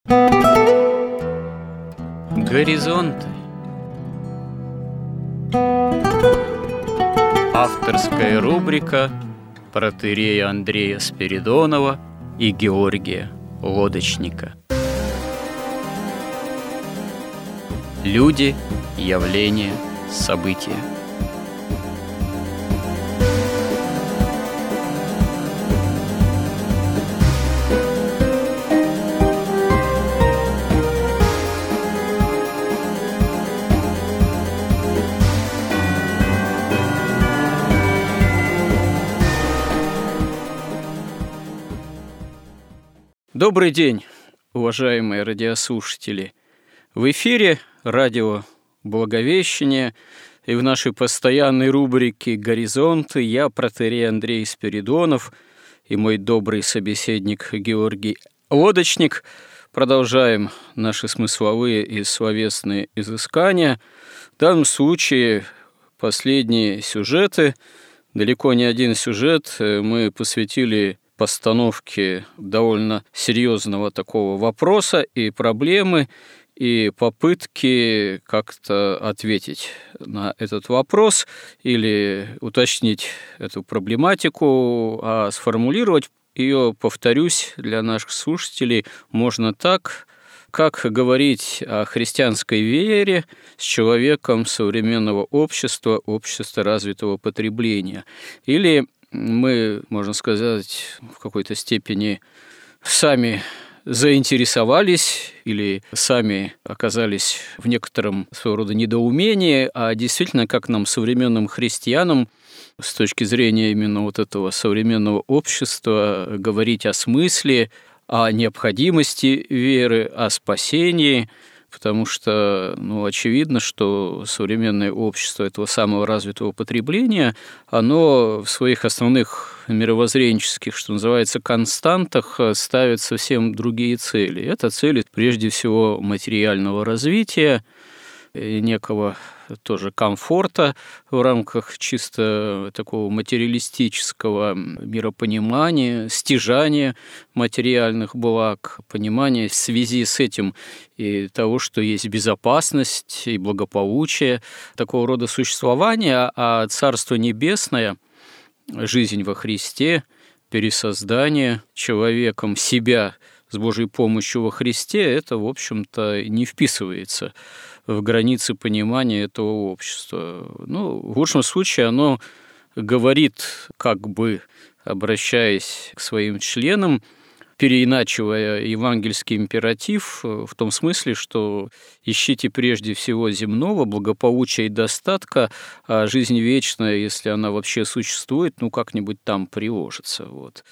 Горизонты. Авторская рубрика протоиерея Андрея Спиридонова и Георгия Лодочника. Люди, явления, события. Добрый день, уважаемые радиослушатели! В эфире радио «Благовещение», и в нашей постоянной рубрике «Горизонты» я, протоиерей Андрей Спиридонов, и мой добрый собеседник Георгий Лодочник продолжаем наши смысловые и словесные изыскания. В данном случае последние сюжеты, далеко не один сюжет, мы посвятили постановке довольно серьезного такого вопроса и проблемы, и попытки как-то ответить на этот вопрос или уточнить эту проблематику, а сформулировать ее, повторюсь, для наших слушателей можно так, как говорить о христианской вере с человеком современного общества, общества развитого потребления. Или мы, можно сказать, в какой-то степени сами заинтересовались или сами оказались в некотором своего рода недоумении, а действительно, как нам, современным христианам, с точки зрения именно вот этого современного общества, говорить о смысле, о необходимости веры, о спасении, потому что, очевидно, что современное общество этого самого развитого потребления, оно в своих основных мировоззренческих, что называется, константах ставит совсем другие цели. Это цели, прежде всего, материального развития, некого тоже комфорта в рамках чисто такого материалистического миропонимания, стяжания материальных благ, понимания в связи с этим и того, что есть безопасность и благополучие такого рода существования, а Царство Небесное, жизнь во Христе, пересоздание человеком себя с Божьей помощью во Христе, это, в общем-то, не вписывается в границы понимания этого общества. В лучшем случае оно говорит, как бы обращаясь к своим членам, переиначивая евангельский императив в том смысле, что ищите прежде всего земного благополучия и достатка, а жизнь вечная, если она вообще существует, как-нибудь там приложится.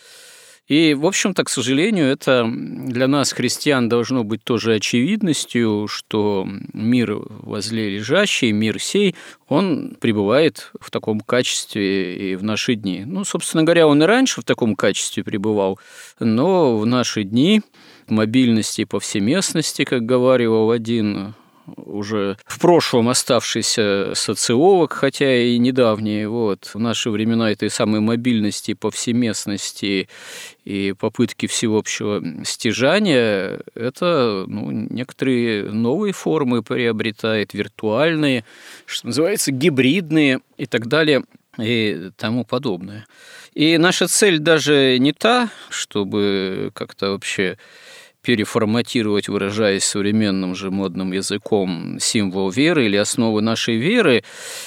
И, в общем-то, к сожалению, это для нас, христиан, должно быть тоже очевидностью, что мир возле лежащий, мир сей, он пребывает в таком качестве и в наши дни. Собственно говоря, он и раньше в таком качестве пребывал, но в наши дни мобильности и повсеместности, как говорил один уже в прошлом оставшийся социолог, хотя и недавний, в наши времена этой самой мобильности, повсеместности и попытки всеобщего стяжания, это некоторые новые формы приобретает, виртуальные, что называется, гибридные и так далее, и тому подобное. И наша цель даже не та, чтобы как-то вообще переформатировать, выражаясь современным же модным языком, символ веры или основы нашей веры,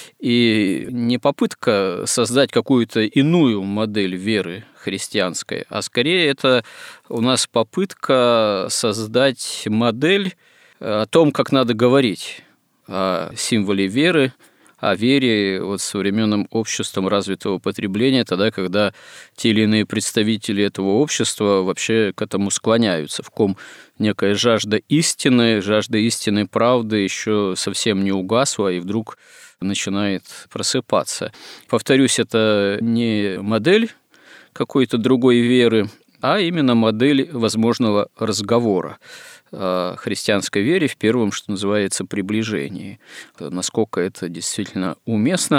и не попытка создать какую-то иную модель веры христианской, а скорее это у нас попытка создать модель о том, как надо говорить о символе веры, о вере современным обществом развитого потребления, тогда, когда те или иные представители этого общества вообще к этому склоняются, в ком некая жажда истинной правды еще совсем не угасла и вдруг начинает просыпаться. Повторюсь, это не модель какой-то другой веры, а именно модель возможного разговора о христианской вере в первом, что называется, приближении. Насколько это действительно уместно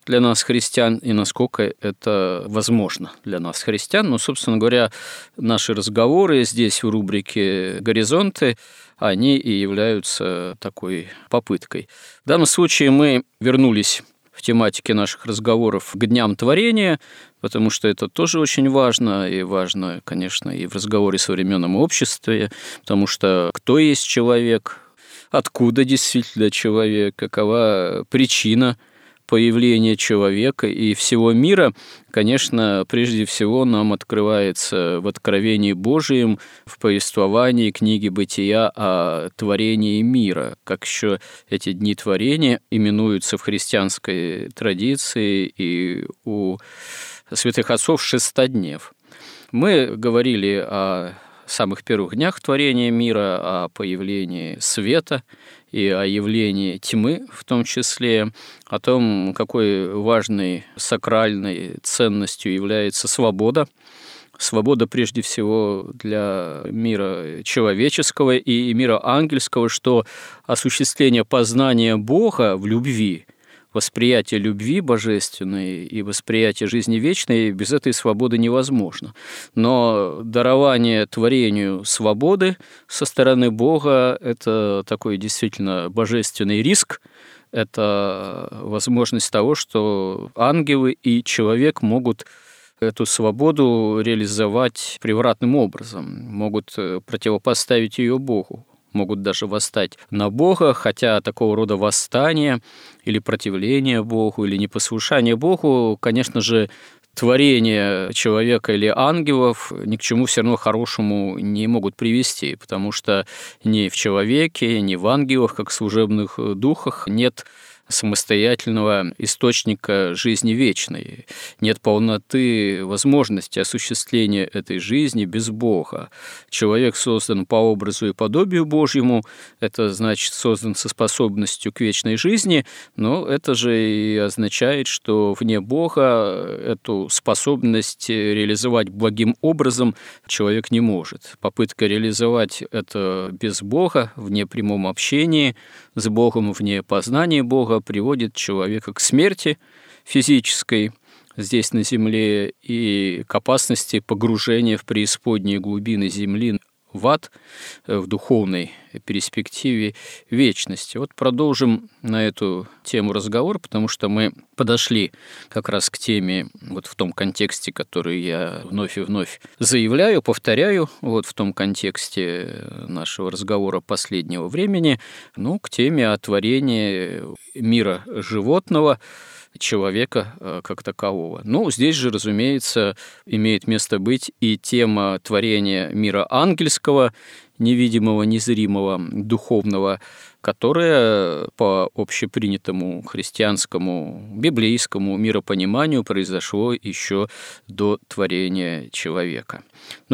для нас, христиан, и насколько это возможно для нас, христиан. Ну, собственно говоря, наши разговоры здесь в рубрике «Горизонты», они и являются такой попыткой. В данном случае мы вернулись в тематике наших разговоров к дням творения, потому что это тоже очень важно, и важно, конечно, и в разговоре в современном обществе, потому что кто есть человек, откуда действительно человек, какова причина появления человека и всего мира, конечно, прежде всего нам открывается в Откровении Божием, в повествовании книги Бытия о творении мира, как еще эти дни творения именуются в христианской традиции и у святых отцов шестоднев. Мы говорили о самых первых днях творения мира, о появлении света и о явлении тьмы, в том числе, о том, какой важной сакральной ценностью является свобода. Свобода прежде всего для мира человеческого и мира ангельского, что осуществление познания Бога в любви, восприятие любви божественной и восприятие жизни вечной без этой свободы невозможно. Но дарование творению свободы со стороны Бога – это такой действительно божественный риск, это возможность того, что ангелы и человек могут эту свободу реализовать превратным образом, могут противопоставить ее Богу, могут даже восстать на Бога, хотя такого рода восстание или противление Богу, или непослушание Богу, конечно же, творение человека или ангелов ни к чему все равно хорошему не могут привести, потому что ни в человеке, ни в ангелах, как в служебных духах, нет самостоятельного источника жизни вечной. Нет полноты возможности осуществления этой жизни без Бога. Человек создан по образу и подобию Божьему, это значит создан со способностью к вечной жизни, но это же и означает, что вне Бога эту способность реализовать благим образом человек не может. Попытка реализовать это без Бога, вне прямом общении с Богом, вне познания Бога, приводит человека к смерти физической здесь на земле и к опасности погружения в преисподние глубины земли, в ад, в духовной перспективе вечности. Вот продолжим на эту тему разговор, потому что мы подошли как раз к теме вот в том контексте, который я вновь и вновь заявляю, повторяю, вот в том контексте нашего разговора последнего времени, к теме о творении мира животного, человека как такового. Здесь же, разумеется, имеет место быть и тема творения мира ангельского, невидимого, незримого, духовного, которое по общепринятому христианскому, библейскому миропониманию произошло еще до творения человека.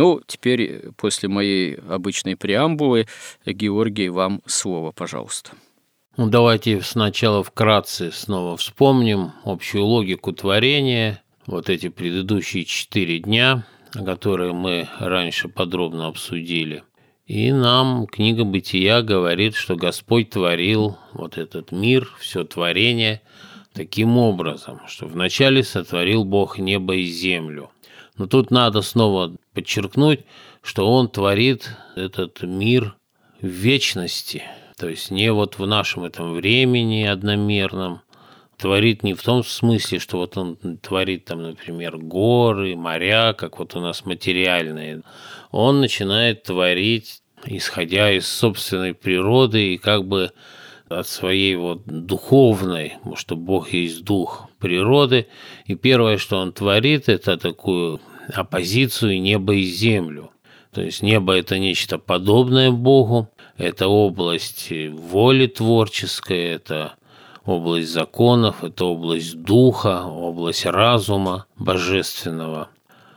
Теперь, после моей обычной преамбулы, Георгий, вам слово, пожалуйста. Давайте сначала вкратце снова вспомним общую логику творения, вот эти предыдущие 4 дня, которые мы раньше подробно обсудили. И нам книга Бытия говорит, что Господь творил вот этот мир, все творение таким образом, что вначале сотворил Бог небо и землю. Но тут надо снова подчеркнуть, что Он творит этот мир в вечности. То есть не вот в нашем этом времени одномерном, творит не в том смысле, что вот он творит там, например, горы, моря, как вот у нас материальные. Он начинает творить, исходя из собственной природы и как бы от своей вот духовной, потому что Бог есть дух природы. И первое, что он творит, это такую оппозицию неба и землю. То есть небо – это нечто подобное Богу, это область воли творческой, это область законов, это область духа, область разума божественного.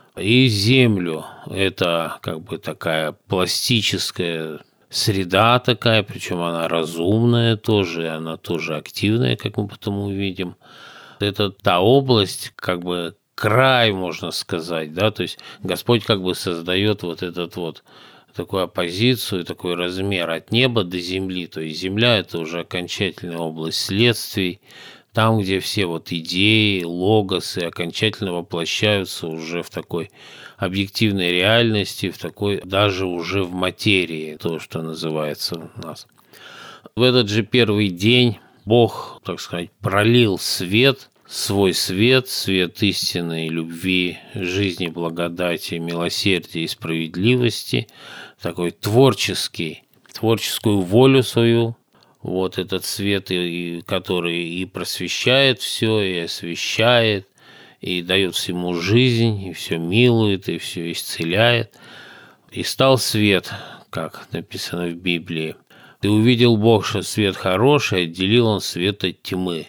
И землю – это как бы такая пластическая среда такая, причем она разумная тоже, она тоже активная, как мы потом увидим. Это та область, как бы край, можно сказать, да, то есть Господь как бы создает вот этот вот такую оппозицию, такой размер от неба до земли, то есть земля – это уже окончательная область следствий, там, где все вот идеи, логосы окончательно воплощаются уже в такой объективной реальности, в такой даже уже в материи, то, что называется у нас. В этот же первый день Бог, так сказать, пролил свет, свой свет, свет истины и любви, жизни, благодати, милосердия и справедливости, такой творческий, творческую волю свою, вот этот свет, который и просвещает все, и освещает, и дает всему жизнь, и все милует, и все исцеляет. И стал свет, как написано в Библии. И увидел Бог, что свет хороший, отделил он свет от тьмы.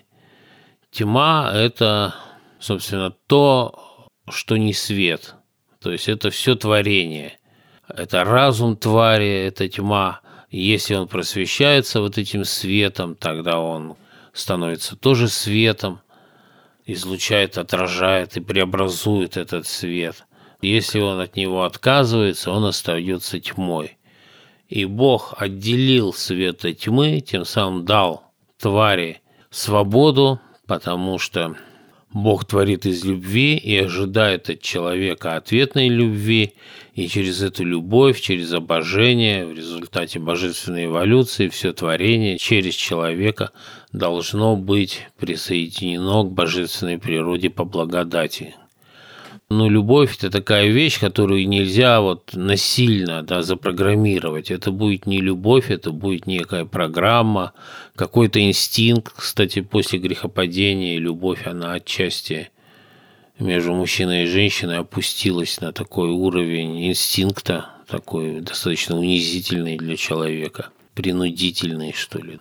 Тьма – это, собственно, то, что не свет. То есть это все творение. Это разум твари, это тьма. И если он просвещается вот этим светом, тогда он становится тоже светом, излучает, отражает и преобразует этот свет. Если он от него отказывается, он остается тьмой. И Бог отделил свет от тьмы, тем самым дал твари свободу, потому что Бог творит из любви и ожидает от человека ответной любви, и через эту любовь, через обожение, в результате божественной эволюции, все творение через человека должно быть присоединено к божественной природе по благодати. Но любовь – это такая вещь, которую нельзя насильно запрограммировать. Это будет не любовь, это будет некая программа, какой-то инстинкт. Кстати, после грехопадения любовь, она отчасти между мужчиной и женщиной опустилась на такой уровень инстинкта, такой достаточно унизительный для человека, принудительный, что ли.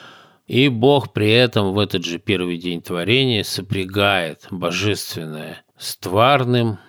И Бог при этом в этот же первый день творения сопрягает божественное с тварным,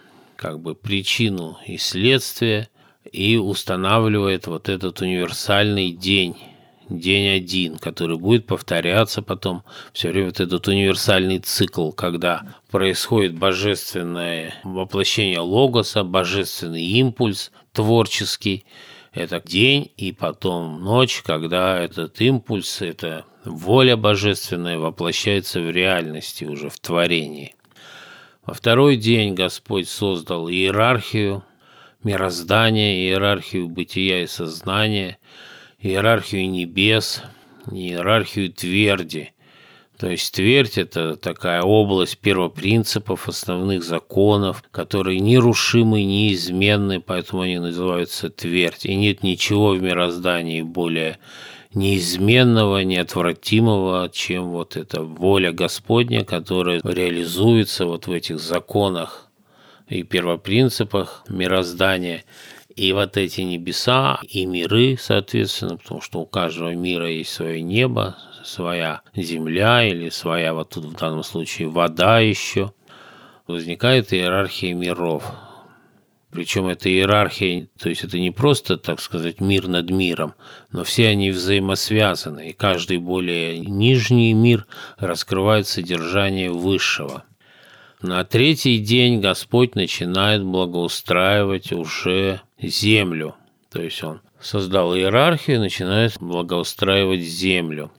причину и следствие, и устанавливает вот этот универсальный день, день один, который будет повторяться потом все время, вот этот универсальный цикл, когда происходит божественное воплощение логоса, божественный импульс творческий. Это день и потом ночь, когда этот импульс, эта воля божественная воплощается в реальности, уже в творении. Во второй день Господь создал иерархию мироздания, иерархию бытия и сознания, иерархию небес, иерархию тверди. То есть твердь – это такая область первопринципов, основных законов, которые нерушимы, неизменны, поэтому они называются твердь. И нет ничего в мироздании более неизменного, неотвратимого, чем вот эта воля Господня, которая реализуется в этих законах и первопринципах мироздания. И вот эти небеса и миры, соответственно, потому что у каждого мира есть свое небо, своя земля или своя, вот тут в данном случае, вода еще. Возникает иерархия миров. Причем эта иерархия, то есть это не просто, так сказать, мир над миром, но все они взаимосвязаны, и каждый более нижний мир раскрывает содержание высшего. На третий день Господь начинает благоустраивать уже землю, то есть Он создал иерархию и начинает благоустраивать землю.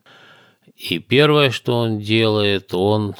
И первое, что Он делает, Он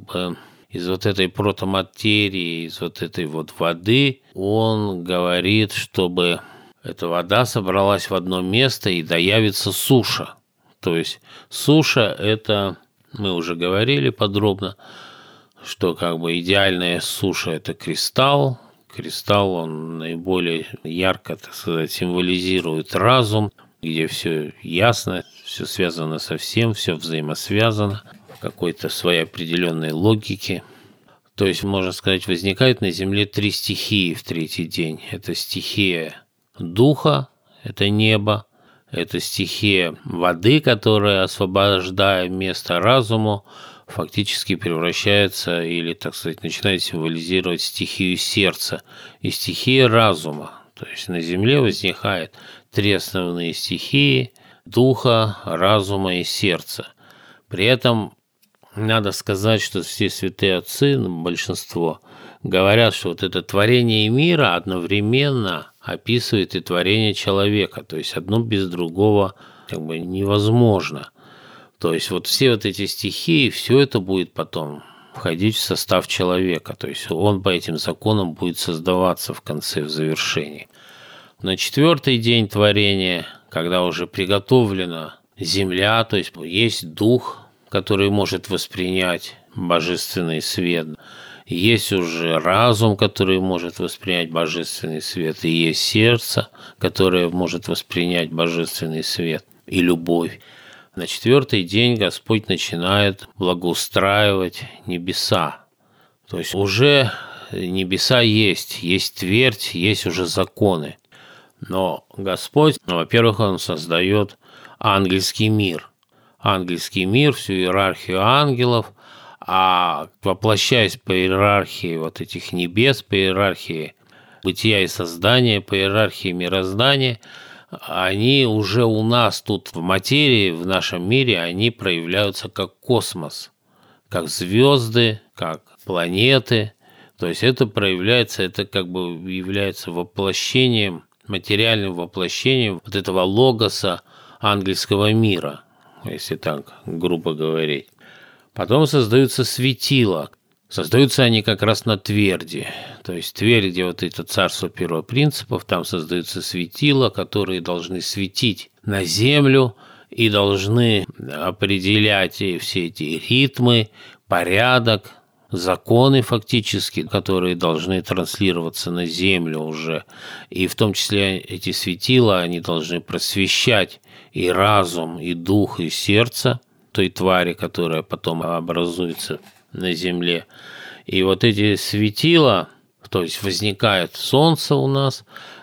из этой протоматерии, из этой воды, он говорит, чтобы эта вода собралась в одно место и доявится суша. То есть суша – это, мы уже говорили подробно, что идеальная суша – это кристалл. Кристалл, он наиболее ярко, так сказать, символизирует разум, где все ясно, все связано со всем, все взаимосвязано в какой-то своей определенной логике. То есть, можно сказать, возникает на Земле 3 стихии в третий день. Это стихия духа, это небо, это стихия воды, которая, освобождая место разуму, фактически превращается или, так сказать, начинает символизировать стихию сердца и стихия разума. То есть на Земле возникает 3 основные стихии – духа, разума и сердца. При этом надо сказать, что все святые отцы, большинство, говорят, что это творение мира одновременно описывает и творение человека. То есть одно без другого невозможно. То есть вот все вот эти стихии, все это будет потом входить в состав человека. То есть он по этим законам будет создаваться в конце, в завершении. На 4-й день творения, когда уже приготовлена земля, то есть дух, который может воспринять божественный свет, есть уже разум, который может воспринять божественный свет, и есть сердце, которое может воспринять божественный свет и любовь. На 4-й день Господь начинает благоустраивать небеса. То есть уже небеса есть твердь, есть уже законы. Но Господь, во-первых, Он создает ангельский мир. Ангельский мир, всю иерархию ангелов, а воплощаясь по иерархии вот этих небес, по иерархии бытия и создания, по иерархии мироздания, они уже у нас тут в материи, в нашем мире, они проявляются как космос, как звезды, как планеты. То есть это проявляется, это как бы является воплощением, материальным воплощением вот этого логоса ангельского мира, если так грубо говорить. Потом создаются светила. Создаются они как раз на тверди. То есть твердь, где вот это царство первопринципов, там создаются светила, которые должны светить на землю и должны определять все эти ритмы, порядок, законы фактически, которые должны транслироваться на землю уже. И в том числе эти светила, они должны просвещать и разум, и дух, и сердце той твари, которая потом образуется на земле. И вот эти светила, то есть возникает солнце у нас,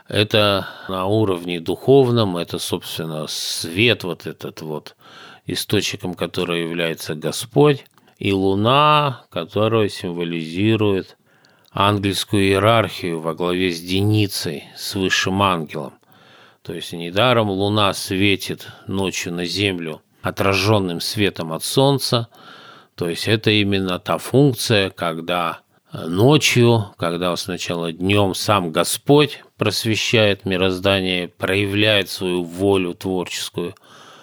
это на уровне духовном, это, собственно, свет вот этот вот, источником которого является Господь, и луна, которая символизирует ангельскую иерархию во главе с Деницей, с высшим ангелом. То есть недаром луна светит ночью на землю отраженным светом от солнца. То есть это именно та функция, когда ночью, когда сначала днем сам Господь просвещает мироздание, проявляет свою волю творческую,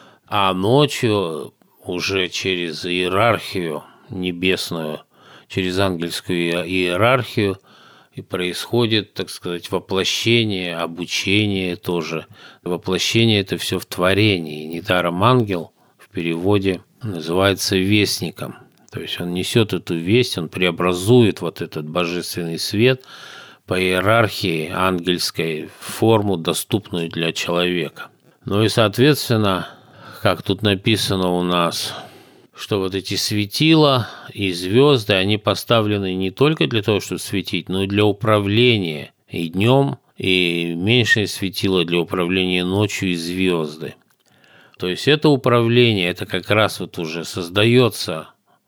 а ночью уже через иерархию небесную, через ангельскую иерархию и происходит, так сказать, воплощение, обучение тоже. Воплощение – это все в творении. Недаром ангел в переводе называется вестником. То есть он несет эту весть, он преобразует вот этот божественный свет по иерархии ангельской в форму, доступную для человека. Ну и, соответственно, как тут написано у нас, что вот эти светила и звезды, они поставлены не только для того, чтобы светить, но и для управления и днем, и меньшее светило для управления ночью и звезды. То есть это управление, это как раз вот уже создается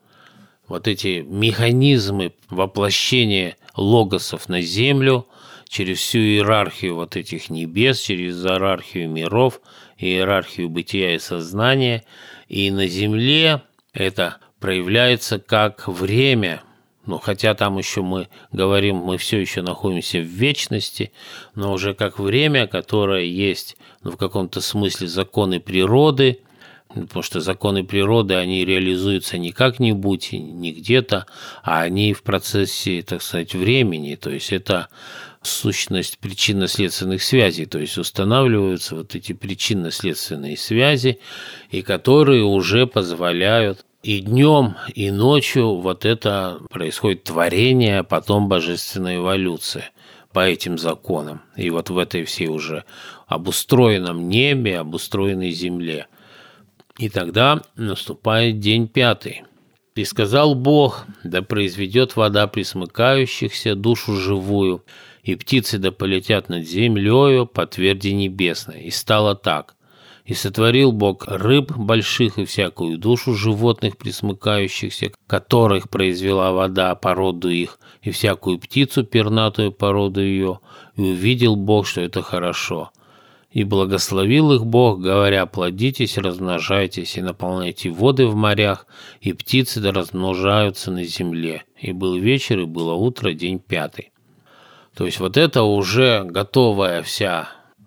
вот эти механизмы воплощения логосов на землю через всю иерархию вот этих небес, через иерархию миров, иерархию бытия и сознания. И на земле это проявляется как время. Ну, хотя там еще мы говорим, мы все еще находимся в вечности, но уже как время, которое есть, ну, в каком-то смысле законы природы, потому что законы природы, они реализуются не как-нибудь, не где-то, а они в процессе, так сказать, времени. То есть это сущность причинно-следственных связей, то есть устанавливаются вот эти причинно-следственные связи, и которые уже позволяют и днем, и ночью вот это происходит творение, а потом божественная эволюция по этим законам. И вот в этой всей уже обустроенном небе, обустроенной земле. И тогда наступает день 5. «И сказал Бог, да произведет вода пресмыкающихся душу живую, и птицы да полетят над землею по тверди небесной. И стало так. И сотворил Бог рыб больших и всякую душу животных пресмыкающихся, которых произвела вода породу их, и всякую птицу пернатую породу ее, и увидел Бог, что это хорошо. И благословил их Бог, говоря, плодитесь, размножайтесь и наполняйте воды в морях, и птицы да размножаются на земле. И был вечер, и было утро, день 5». То есть вот это уже готовая вся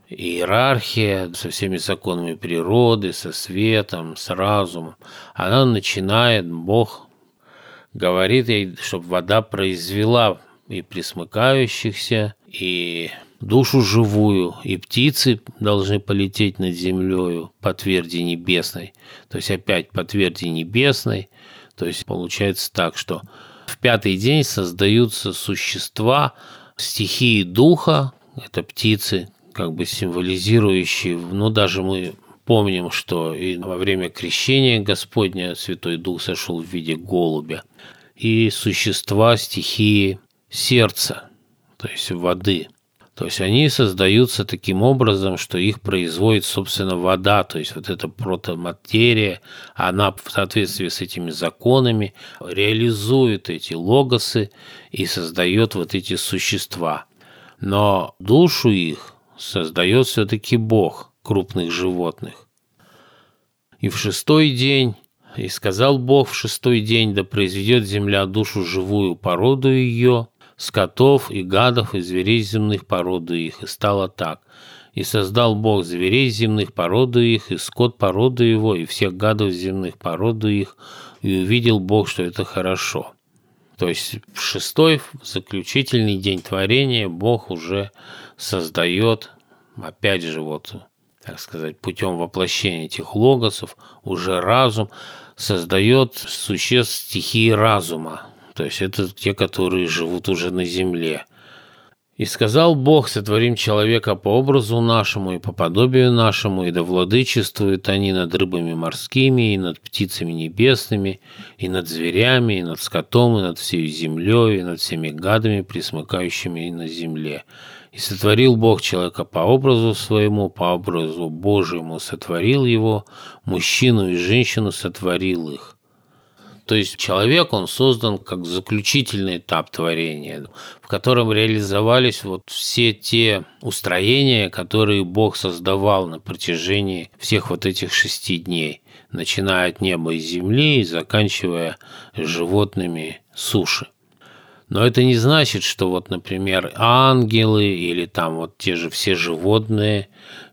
иерархия со всеми законами природы, со светом, с разумом. Она начинает, Бог говорит ей, чтобы вода произвела и пресмыкающихся, и душу живую, и птицы должны полететь над землею по тверди небесной. То есть опять по тверди небесной. То есть получается так, что в пятый день создаются существа, стихии духа, это птицы, как бы символизирующие, даже мы помним, что и во время крещения Господня Святой Дух сошел в виде голубя, и существа стихии сердца, то есть воды. То есть они создаются таким образом, что их производит, собственно, вода, то есть вот эта протоматерия, она в соответствии с этими законами реализует эти логосы и создает вот эти существа. Но душу их создает все-таки Бог крупных животных. И в шестой день, и сказал Бог в шестой день, да произведет земля душу живую породу ее, скотов и гадов и зверей земных породу их, и стало так. И создал Бог зверей земных породу их, и скот породу его, и всех гадов земных породу их, и увидел Бог, что это хорошо. То есть в шестой, заключительный день творения, Бог уже создает, опять же, так сказать, путем воплощения этих логосов, уже разум создает существ стихии разума. То есть это те, которые живут уже на земле. «И сказал Бог, сотворим человека по образу нашему и по подобию нашему, и да владычествуют они над рыбами морскими, и над птицами небесными, и над зверями, и над скотом, и над всей землей, и над всеми гадами, пресмыкающими на земле. И сотворил Бог человека по образу своему, по образу Божьему сотворил его, мужчину и женщину сотворил их». То есть человек, он создан как заключительный этап творения, в котором реализовались все те устроения, которые Бог создавал на протяжении всех этих 6 дней, начиная от неба и земли и заканчивая животными суши. Но это не значит, что например, ангелы или там те же все животные,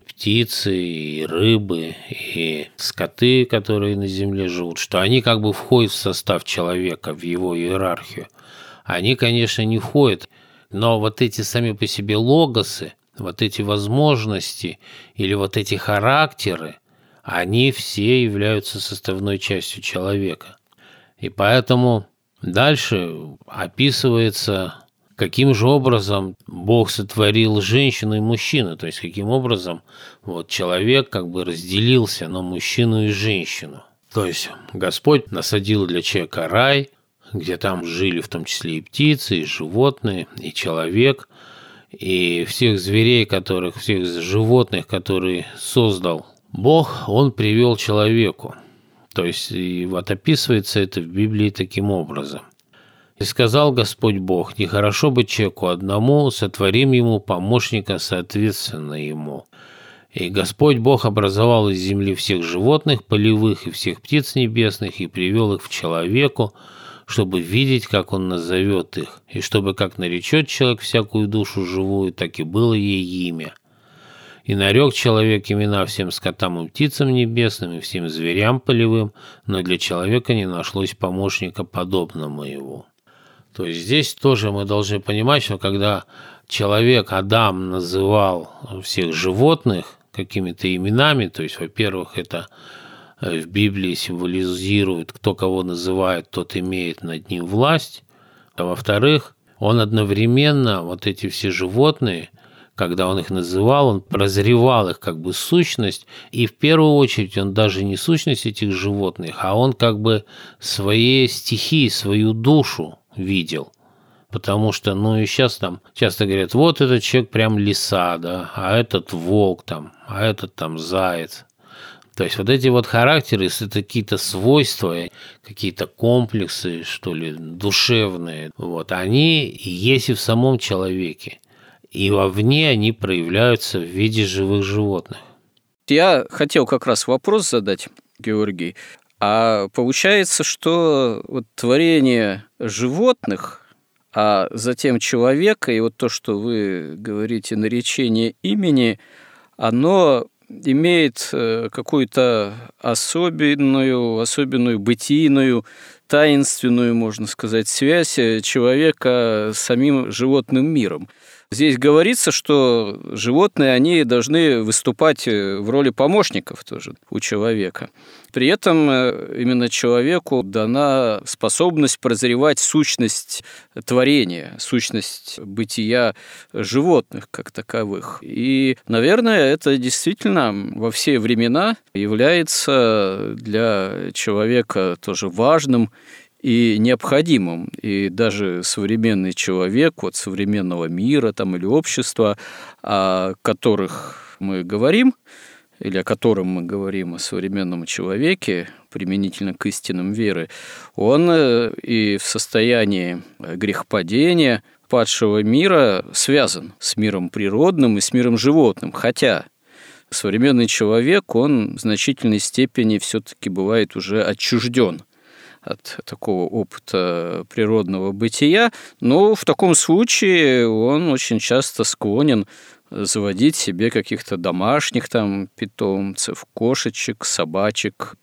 птицы и рыбы и скоты, которые на земле живут, что они как бы входят в состав человека, в его иерархию. Они, конечно, не входят, но эти сами по себе логосы, эти возможности или эти характеры, они все являются составной частью человека. И поэтому дальше описывается, каким же образом Бог сотворил женщину и мужчину, то есть каким образом человек как бы разделился на мужчину и женщину. То есть Господь насадил для человека рай, где там жили в том числе и птицы, и животные, и человек, и всех зверей, всех животных, которые создал Бог, Он привел человеку. То есть и описывается это в Библии таким образом. «И сказал Господь Бог, нехорошо быть человеку одному, сотворим ему помощника соответственно ему. И Господь Бог образовал из земли всех животных полевых и всех птиц небесных и привел их в человеку, чтобы видеть, как он назовет их, и чтобы как наречет человек всякую душу живую, так и было ей имя. И нарек человек имена всем скотам и птицам небесным и всем зверям полевым, но для человека не нашлось помощника подобному его». То есть здесь тоже мы должны понимать, что когда человек, Адам, называл всех животных какими-то именами, то есть, во-первых, это в Библии символизирует, кто кого называет, тот имеет над ним власть, а во-вторых, он одновременно, эти все животные, когда он их называл, он прозревал их как бы сущность, и в первую очередь он даже не сущность этих животных, а он как бы своей стихии, свою душу видел. Потому что, и сейчас там часто говорят, этот человек прям лиса, да, а этот волк там, а этот там заяц. То есть эти характеры, это какие-то свойства, какие-то комплексы, что ли, душевные, они есть и в самом человеке. И вовне они проявляются в виде живых животных. Я хотел как раз вопрос задать, Георгий. А получается, что творение животных, а затем человека, и то, что вы говорите, наречение имени, оно имеет какую-то особенную бытийную, таинственную, можно сказать, связь человека с самим животным миром. Здесь говорится, что животные, они должны выступать в роли помощников тоже у человека. При этом именно человеку дана способность прозревать сущность творения, сущность бытия животных как таковых. И, наверное, это действительно во все времена является для человека тоже важным и необходимым. И даже современный человек, современного мира или общества, о которых мы говорим, или о котором мы говорим, о современном человеке, применительно к истинам веры, он и в состоянии грехопадения падшего мира связан с миром природным и с миром животным. Хотя современный человек, он в значительной степени все-таки бывает уже отчужден от такого опыта природного бытия, но в таком случае он очень часто склонен заводить себе каких-то домашних питомцев, кошечек, собачек,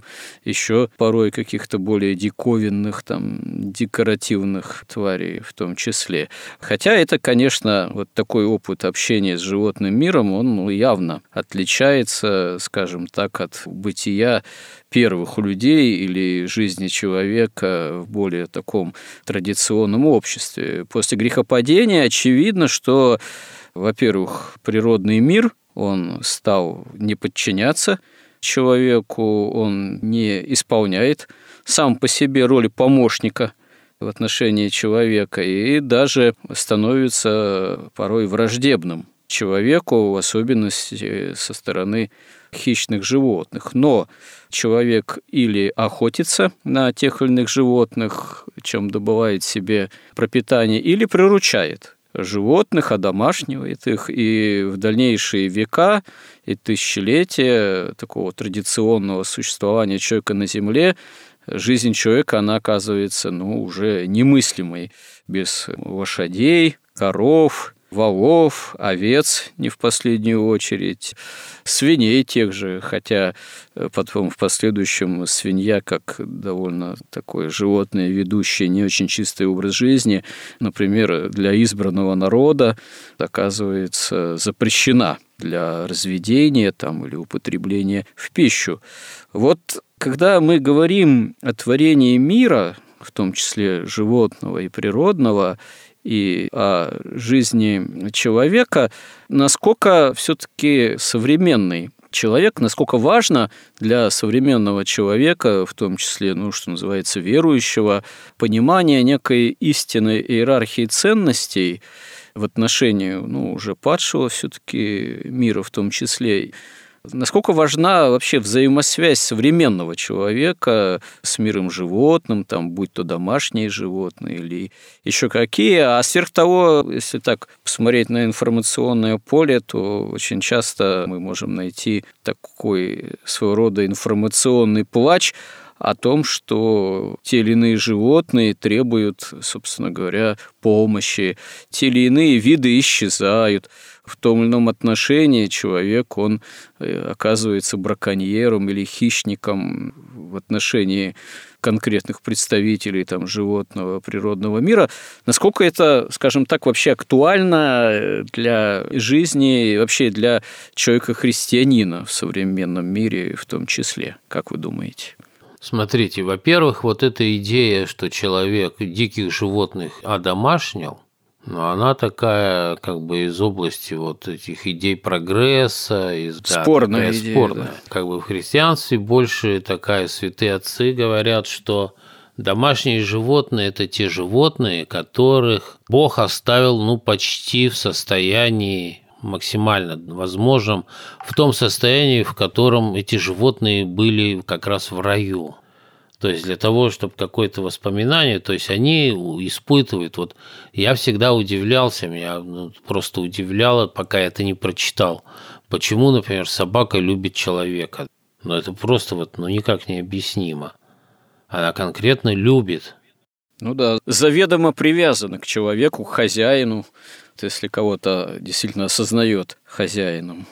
еще порой каких-то более диковинных, декоративных тварей в том числе. Хотя это, конечно, такой опыт общения с животным миром, он явно отличается, скажем так, от бытия первых людей или жизни человека в более таком традиционном обществе. После грехопадения очевидно, что, во-первых, природный мир, он стал не подчиняться человеку, он не исполняет сам по себе роли помощника в отношении человека и даже становится порой враждебным человеку, в особенности со стороны хищных животных. Но человек или охотится на тех или иных животных, чем добывает себе пропитание, или приручает животных, одомашнивает их, и в дальнейшие века и тысячелетия такого традиционного существования человека на Земле жизнь человека, она оказывается уже немыслимой без лошадей, коров, волов, овец, не в последнюю очередь, свиней тех же, хотя потом в последующем свинья, как довольно такое животное, ведущее не очень чистый образ жизни, например, для избранного народа, оказывается, запрещена для разведения или употребления в пищу. Когда мы говорим о творении мира, в том числе животного и природного, и о жизни человека, насколько все-таки современный человек, насколько важно для современного человека, в том числе, что называется, верующего, понимание некой истинной иерархии ценностей в отношении уже падшего все-таки мира в том числе. Насколько важна вообще взаимосвязь современного человека с миром животным, будь то домашние животные или еще какие. А сверх того, если так посмотреть на информационное поле, то очень часто мы можем найти такой своего рода информационный плач о том, что те или иные животные требуют, собственно говоря, помощи, те или иные виды исчезают. В том или ином отношении человек, он оказывается браконьером или хищником в отношении конкретных представителей животного, природного мира. Насколько это, скажем так, вообще актуально для жизни, вообще для человека-христианина в современном мире в том числе? Как вы думаете? Смотрите, во-первых, эта идея, что человек диких животных одомашнил, она такая из области этих идей прогресса. Спорная идея. Спорная. Да. В христианстве больше такая святые отцы говорят, что домашние животные – это те животные, которых Бог оставил почти в состоянии максимально возможным, в том состоянии, в котором эти животные были как раз в раю. То есть для того, чтобы какое-то воспоминание, то есть они испытывают. Я всегда удивлялся, меня просто удивляло, пока я это не прочитал, почему, например, собака любит человека. Это просто никак не объяснимо. Она конкретно любит. Заведомо привязана к человеку, к хозяину, если кого-то действительно осознает хозяином.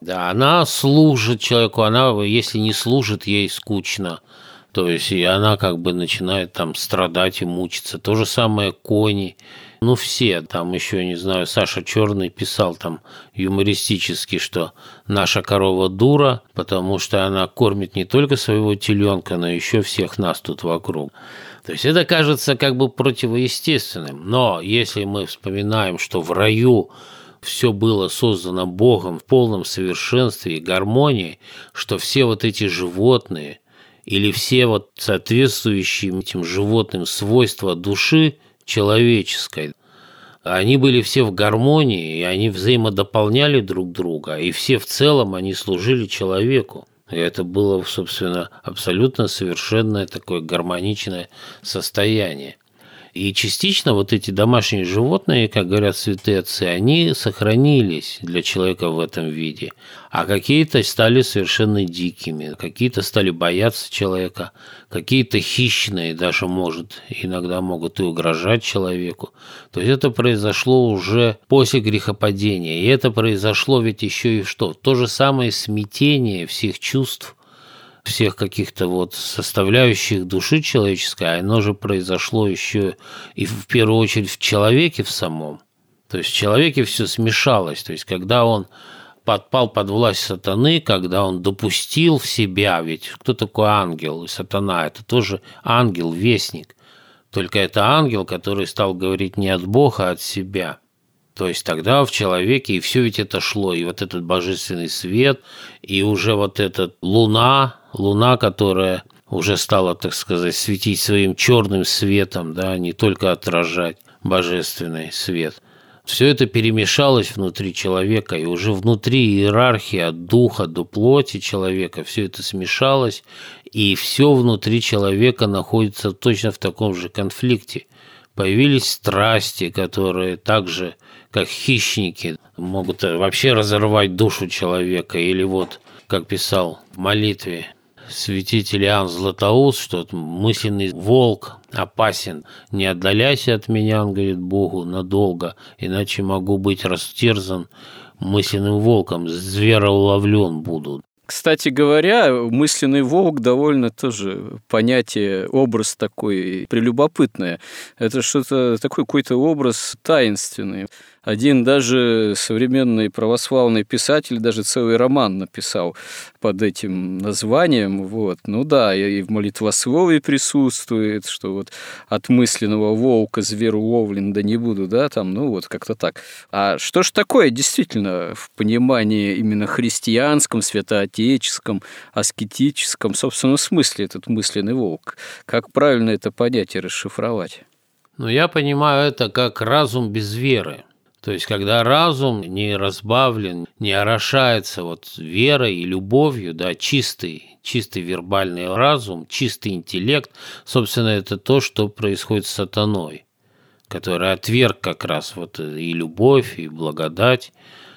Да, она служит человеку, она, если не служит, ей скучно. То есть и она как бы начинает там страдать и мучиться. То же самое кони. Ну, все, там еще, не знаю, Саша Черный писал там юмористически, что наша корова дура, потому что она кормит не только своего теленка, но еще всех нас тут вокруг. То есть это кажется как бы противоестественным. Но если мы вспоминаем, что в раю все было создано Богом в полном совершенстве и гармонии, что все вот эти животные или все вот соответствующие этим животным свойства души человеческой, они были все в гармонии, и они взаимодополняли друг друга, и все в целом они служили человеку. И это было, собственно, абсолютно совершенное такое гармоничное состояние. И частично вот эти домашние животные, как говорят святые отцы, они сохранились для человека в этом виде, а какие-то стали совершенно дикими, какие-то стали бояться человека, какие-то хищные даже, может, иногда могут и угрожать человеку. То есть это произошло уже после грехопадения, и это произошло ведь еще и что? То же самое смятение всех чувств, всех каких-то вот составляющих души человеческой, оно же произошло еще и в первую очередь в человеке в самом. То есть в человеке все смешалось. То есть когда он подпал под власть сатаны, когда он допустил в себя, ведь кто такой ангел и сатана? Это тоже ангел, вестник. Только это ангел, который стал говорить не от Бога, а от себя. То есть тогда в человеке и все ведь это шло, и вот этот божественный свет, и уже вот эта луна, которая уже стала, так сказать, светить своим черным светом, да, не только отражать божественный свет. Все это перемешалось внутри человека, и уже внутри иерархии от духа до плоти человека все это смешалось, и все внутри человека находится точно в таком же конфликте. Появились страсти, которые также, как хищники, могут вообще разорвать душу человека. Или вот, как писал в молитве святитель Иоанн Златоуст, что мысленный волк опасен. Не отдаляйся от меня, он говорит Богу, надолго, иначе могу быть растерзан мысленным волком, звероуловлен буду. Кстати говоря, мысленный волк довольно тоже понятие, образ такой прелюбопытное. Это что-то такой какой-то образ таинственный. Один даже современный православный писатель даже целый роман написал под этим названием. Вот. Ну да, и в молитвословии присутствует, что вот от мысленного волка зверь уловлен, да не буду, да, там, ну вот как-то так. А что ж такое действительно в понимании именно христианском, святоотеческом, аскетическом, собственно, смысле этот мысленный волк? Как правильно это понятие расшифровать? Ну, я понимаю это как разум без веры. То есть, когда разум не разбавлен, не орошается вот верой и любовью, да, чистый вербальный разум, чистый интеллект, собственно, это то, что происходит с сатаной, который отверг как раз вот и любовь, и благодать,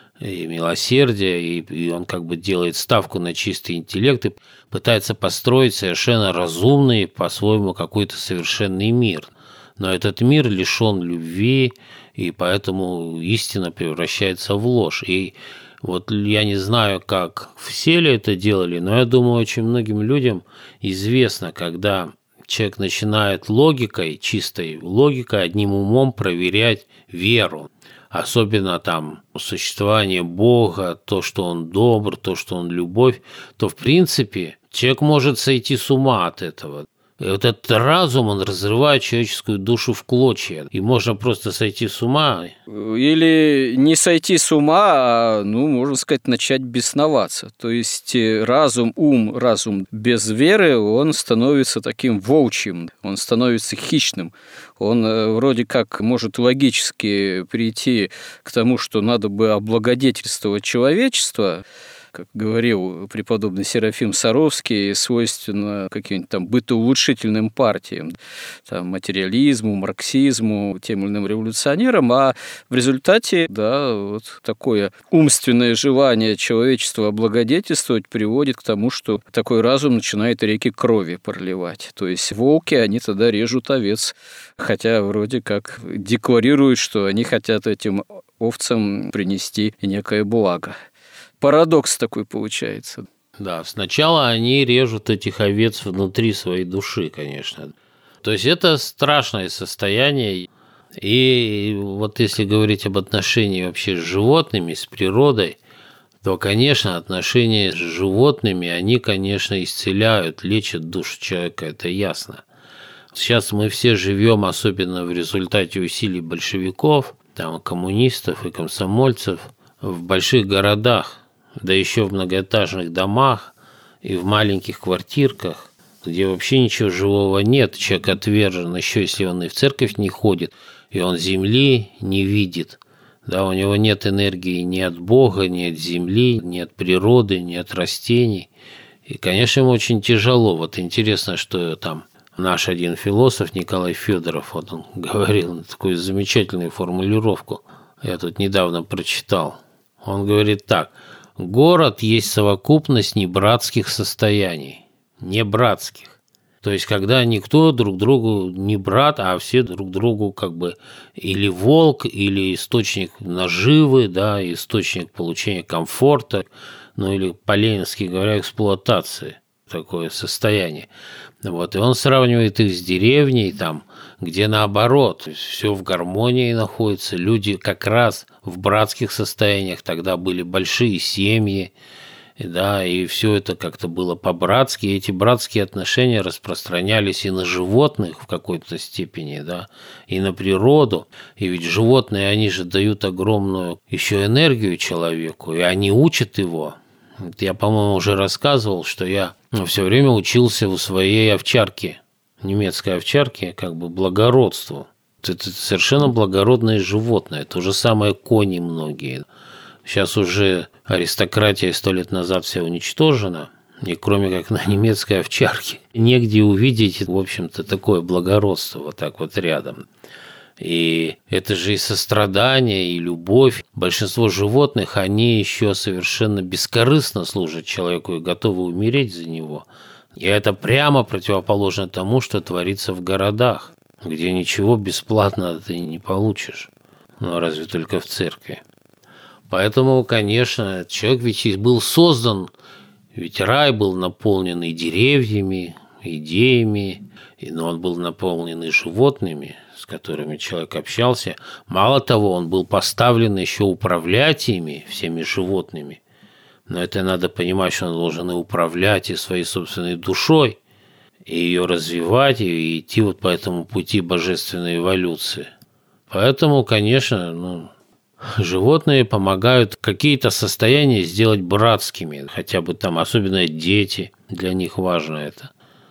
и милосердие, и он как бы делает ставку на чистый интеллект и пытается построить совершенно разумный, по-своему, какой-то совершенный мир. Но этот мир лишен любви, и поэтому истина превращается в ложь. И вот я не знаю, как все ли это делали, но я думаю, очень многим людям известно, когда человек начинает логикой, чистой логикой, одним умом проверять веру. Особенно там существование Бога, то, что Он добр, то, что Он любовь, то в принципе человек может сойти с ума от этого. И вот этот разум, он разрывает человеческую душу в клочья. И можно просто сойти с ума. Или не сойти с ума, а, ну, можно сказать, начать бесноваться. То есть разум без веры, он становится таким волчьим, он становится хищным. Он вроде как может логически прийти к тому, что надо бы облагодетельствовать человечество, как говорил преподобный Серафим Саровский, свойственно каким-нибудь там бытоулучшительным партиям, там, материализму, марксизму, тем или иным революционерам, а в результате, да, вот такое умственное желание человечества облагодетельствовать приводит к тому, что такой разум начинает реки крови проливать. То есть волки, они тогда режут овец, хотя вроде как декларируют, что они хотят этим овцам принести некое благо. Парадокс такой получается. Да, сначала они режут этих овец внутри своей души, конечно. То есть это страшное состояние. И вот если говорить об отношении вообще с животными, с природой, то, конечно, отношения с животными, они, конечно, исцеляют, лечат душу человека, это ясно. Сейчас мы все живем, особенно в результате усилий большевиков, там, коммунистов и комсомольцев, в больших городах, да еще в многоэтажных домах и в маленьких квартирках, где вообще ничего живого нет, человек отвержен, еще если он и в церковь не ходит, и он земли не видит. Да, у него нет энергии ни от Бога, ни от земли, ни от природы, ни от растений. И, конечно, ему очень тяжело. Вот интересно, что там наш один философ Николай Федоров, вот он говорил такую замечательную формулировку, я тут недавно прочитал. Он говорит так: город есть совокупность небратских состояний. Небратских. То есть, когда никто друг другу не брат, а все друг другу как бы или волк, или источник наживы, да, источник получения комфорта, ну или по-ленински говоря, эксплуатации, такое состояние. Вот, и он сравнивает их с деревней, там, где наоборот, все в гармонии находится, люди как раз в братских состояниях, тогда были большие семьи, да, и все это как-то было по-братски, и эти братские отношения распространялись и на животных в какой-то степени, да, и на природу, и ведь животные, они же дают огромную еще энергию человеку, и они учат его. Я, по-моему, уже рассказывал, что я все время учился у своей овчарки, немецкой овчарки, как бы благородству. Это совершенно благородное животное, то же самое кони многие. Сейчас уже аристократия 100 лет назад вся уничтожена, и кроме как на немецкой овчарке негде увидеть, в общем-то, такое благородство вот так вот рядом. И это же и сострадание, и любовь. Большинство животных, они еще совершенно бескорыстно служат человеку и готовы умереть за него. И это прямо противоположно тому, что творится в городах, где ничего бесплатно ты не получишь, ну разве только в церкви. Поэтому, конечно, человек ведь был создан, ведь рай был наполнен и деревьями, идеями, но он был наполнен и животными, с которыми человек общался. Мало того, он был поставлен еще управлять ими, всеми животными. Но это надо понимать, что он должен и управлять и своей собственной душой, и ее развивать, и идти вот по этому пути божественной эволюции. Поэтому, конечно, животные помогают какие-то состояния сделать братскими, хотя бы там, особенно дети, для них важно это.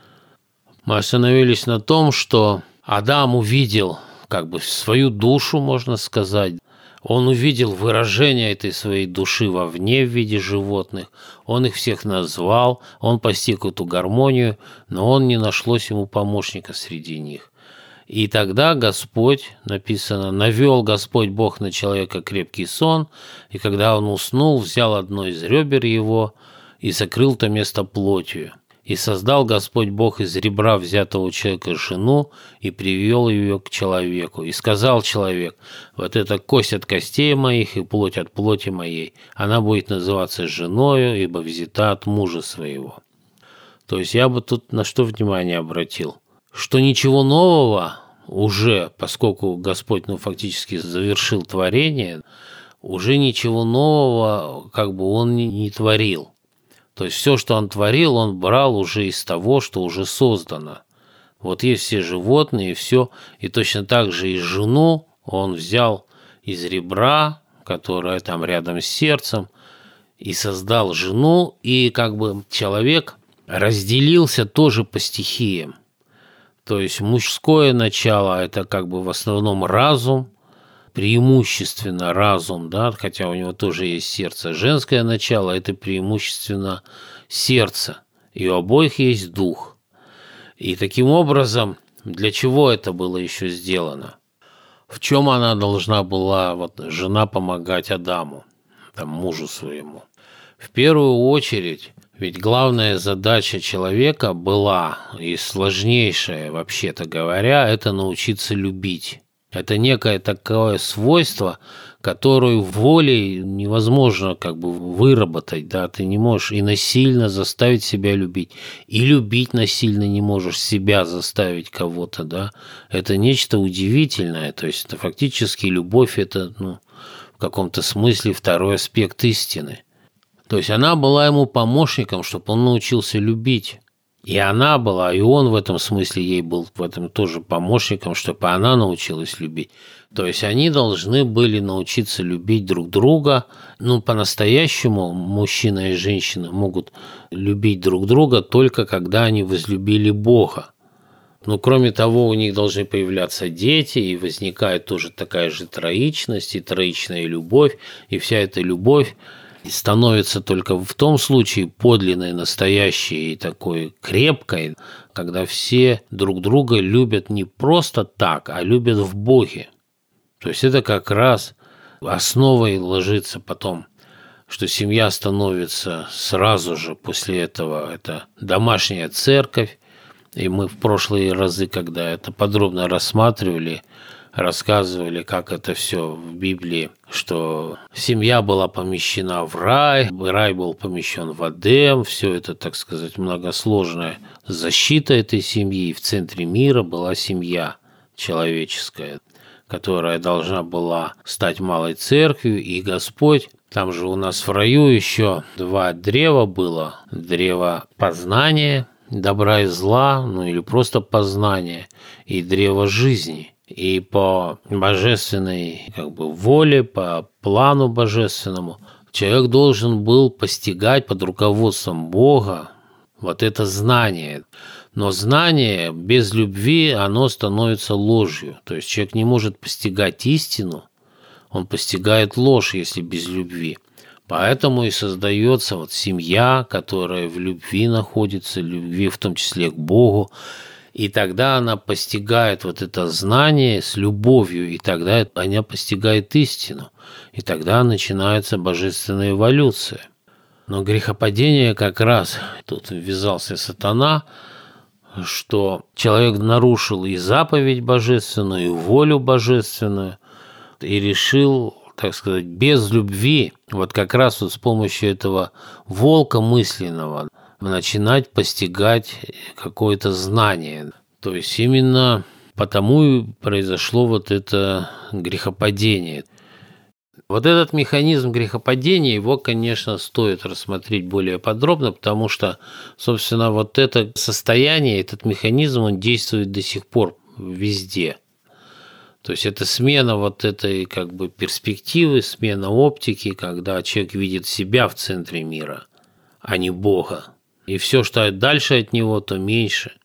Мы остановились на том, что Адам увидел как бы свою душу, можно сказать. Он увидел выражение этой своей души вовне в виде животных. Он их всех назвал, он постиг эту гармонию, но он не нашлось ему помощника среди них. И тогда Господь, написано, навел Господь Бог на человека крепкий сон, и когда он уснул, взял одно из ребер его и закрыл то место плотью. И создал Господь Бог из ребра взятого у человека жену и привел ее к человеку. И сказал человек: вот эта кость от костей моих и плоть от плоти моей, она будет называться женою, ибо взята от мужа своего. То есть я бы тут на что внимание обратил? Что ничего нового уже, поскольку Господь, фактически завершил творение, уже ничего нового как бы он не творил. То есть все, что он творил, он брал уже из того, что уже создано. Вот есть все животные, и все. И точно так же и жену он взял из ребра, которое там рядом с сердцем, и создал жену, и как бы человек разделился тоже по стихиям. То есть мужское начало – это как бы в основном разум, преимущественно разум, да, хотя у него тоже есть сердце. Женское начало – это преимущественно сердце, и у обоих есть дух. И таким образом, для чего это было еще сделано? В чем она должна была, жена, помогать Адаму, мужу своему? В первую очередь, ведь главная задача человека была, и сложнейшая, вообще-то говоря, это научиться любить. Это некое такое свойство, которое волей невозможно выработать, да, ты не можешь и насильно заставить себя любить, и любить насильно не можешь себя заставить кого-то, да. Это нечто удивительное, то есть это фактически любовь, это, в каком-то смысле второй аспект истины. То есть она была ему помощником, чтобы он научился любить. И она была, и он в этом смысле ей был в этом тоже помощником, чтобы она научилась любить. То есть они должны были научиться любить друг друга. По-настоящему мужчина и женщина могут любить друг друга только когда они возлюбили Бога. Кроме того, у них должны появляться дети, и возникает тоже такая же троичность, и троичная любовь, и вся эта любовь становится только в том случае подлинной, настоящей и такой крепкой, когда все друг друга любят не просто так, а любят в Боге. То есть это как раз основой ложится потом, что семья становится сразу же после этого, это домашняя церковь, и мы в прошлые разы, когда это подробно рассматривали, рассказывали, как это все в Библии, что семья была помещена в рай был помещен в Эдем, все это, так сказать, многосложная защита этой семьи, и в центре мира была семья человеческая, которая должна была стать малой церковью, и Господь, там же у нас в раю еще 2 древа было, древо познания, добра и зла, или просто познания, и древо жизни. И по божественной воле, по плану божественному человек должен был постигать под руководством Бога вот это знание. Но знание без любви, оно становится ложью. То есть человек не может постигать истину, он постигает ложь, если без любви. Поэтому и создается семья, которая в любви находится, любви в том числе к Богу. И тогда она постигает это знание с любовью, и тогда она постигает истину. И тогда начинается божественная эволюция. Но грехопадение как раз, тут ввязался сатана, что человек нарушил и заповедь божественную, и волю божественную, и решил, так сказать, без любви, как раз с помощью этого волка мысленного, начинать постигать какое-то знание. То есть именно потому и произошло это грехопадение. Этот механизм грехопадения, его, конечно, стоит рассмотреть более подробно, потому что, собственно, это состояние, этот механизм, он действует до сих пор везде. То есть это смена этой перспективы, смена оптики, когда человек видит себя в центре мира, а не Бога. И все, что дальше от него, то меньше.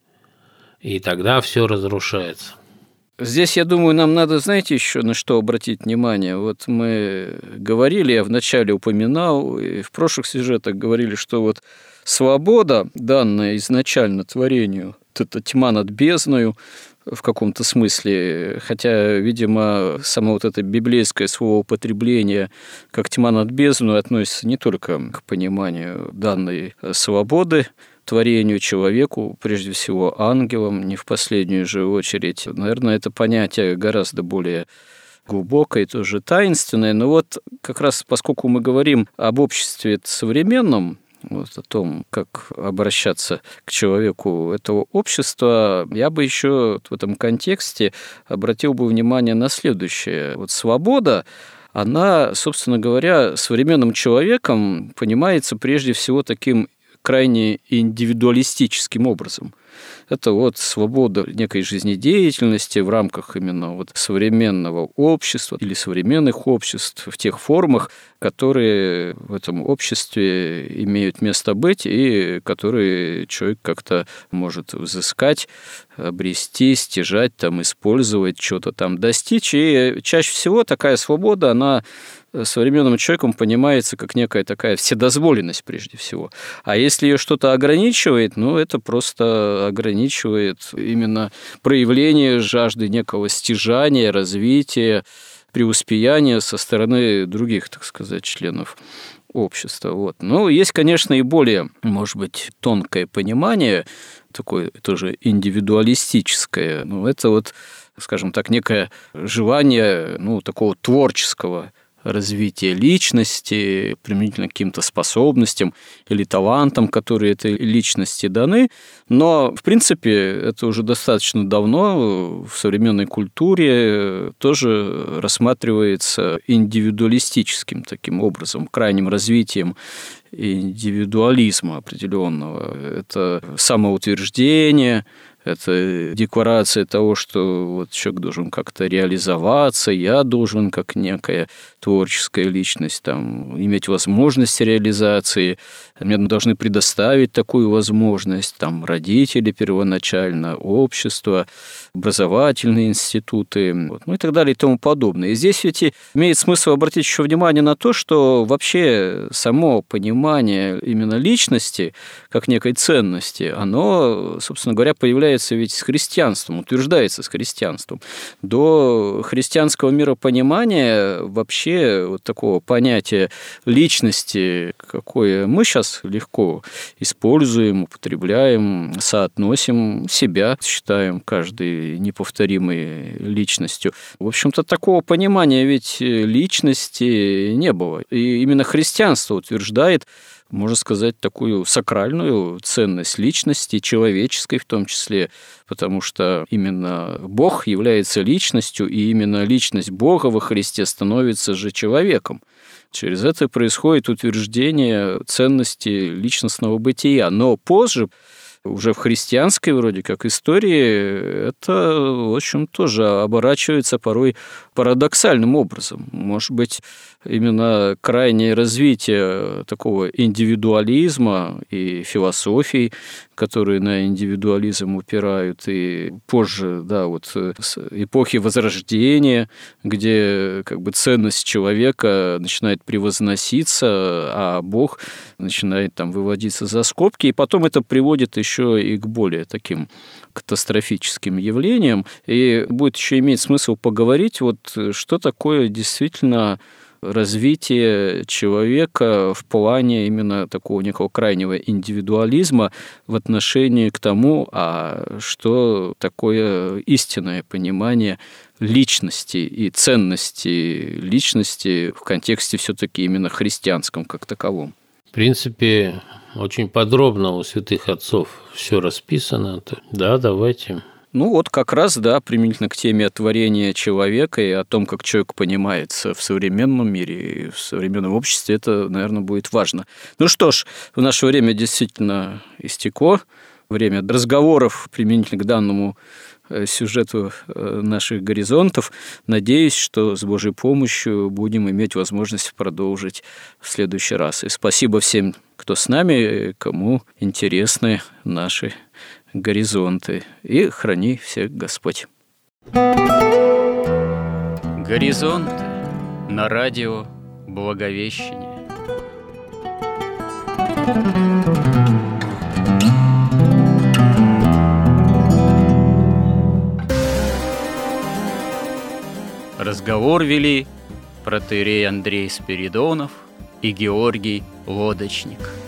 И тогда все разрушается. Здесь, я думаю, нам надо, знаете, еще на что обратить внимание. Мы говорили, я вначале упоминал, и в прошлых сюжетах говорили, что свобода, данная изначально творению, это тьма над бездною, в каком-то смысле, хотя, видимо, само это библейское словоупотребление как тьма над бездной относится не только к пониманию данной свободы, творению, человеку, прежде всего ангелам, не в последнюю же очередь. Наверное, это понятие гораздо более глубокое, тоже таинственное. Но как раз поскольку мы говорим об обществе современном, о том, как обращаться к человеку этого общества, я бы еще в этом контексте обратил бы внимание на следующее. Свобода, она, собственно говоря, современным человеком понимается прежде всего таким крайне индивидуалистическим образом. Это свобода некой жизнедеятельности в рамках именно современного общества или современных обществ в тех формах, которые в этом обществе имеют место быть и которые человек как-то может взыскать, обрести, стяжать, использовать, что-то достичь. И чаще всего такая свобода, она современным человеком понимается как некая такая вседозволенность прежде всего. А если ее что-то ограничивает, это просто ограничивает именно проявление жажды некого стяжания, развития, преуспеяния со стороны других, так сказать, членов общества. Но есть, конечно, и более, может быть, тонкое понимание, такое тоже индивидуалистическое. Это скажем так, некое желание, такого творческого развития личности, применительно к каким-то способностям или талантам, которые этой личности даны. Но, в принципе, это уже достаточно давно в современной культуре тоже рассматривается индивидуалистическим таким образом, крайним развитием индивидуализма определенного. Это самоутверждение, это декларация того, что человек должен как-то реализоваться, я должен, как некая творческая личность, иметь возможность реализации, мне должны предоставить такую возможность, родители первоначально, общество, образовательные институты, и так далее и тому подобное. И здесь ведь имеет смысл обратить еще внимание на то, что вообще само понимание именно личности как некой ценности, оно, собственно говоря, появляется ведь с христианством, утверждается с христианством. До христианского миропонимания вообще такого понятия личности, какое мы сейчас легко используем, употребляем, соотносим себя, считаем каждой неповторимой личностью. В общем-то, такого понимания ведь личности не было. И именно христианство утверждает, можно сказать, такую сакральную ценность личности, человеческой в том числе, потому что именно Бог является личностью, и именно личность Бога во Христе становится же человеком. Через это происходит утверждение ценности личностного бытия. Но позже, уже в христианской вроде как истории, это, в общем, тоже оборачивается порой парадоксальным образом. Может быть, именно крайнее развитие такого индивидуализма и философий, которые на индивидуализм упирают, и позже, с эпохи Возрождения, где ценность человека начинает превозноситься, а Бог начинает выводиться за скобки, и потом это приводит еще и к более таким катастрофическим явлениям. И будет еще иметь смысл поговорить, что такое действительно развитие человека в плане именно такого некого крайнего индивидуализма в отношении к тому, что такое истинное понимание личности и ценности личности в контексте все-таки именно христианском как таковом. В принципе, очень подробно у святых отцов все расписано. Да, давайте. Как раз, применительно к теме творения человека и о том, как человек понимается в современном мире и в современном обществе, это, наверное, будет важно. Что ж, в наше время действительно истекло. Время разговоров применительно к данному сюжету наших горизонтов. Надеюсь, что с Божьей помощью будем иметь возможность продолжить в следующий раз. И спасибо всем, кто с нами, кому интересны наши горизонты. И храни всех Господь. Горизонты на радио Благовещение. Разговор вели протоиерей Андрей Спиридонов и Георгий Лодочник.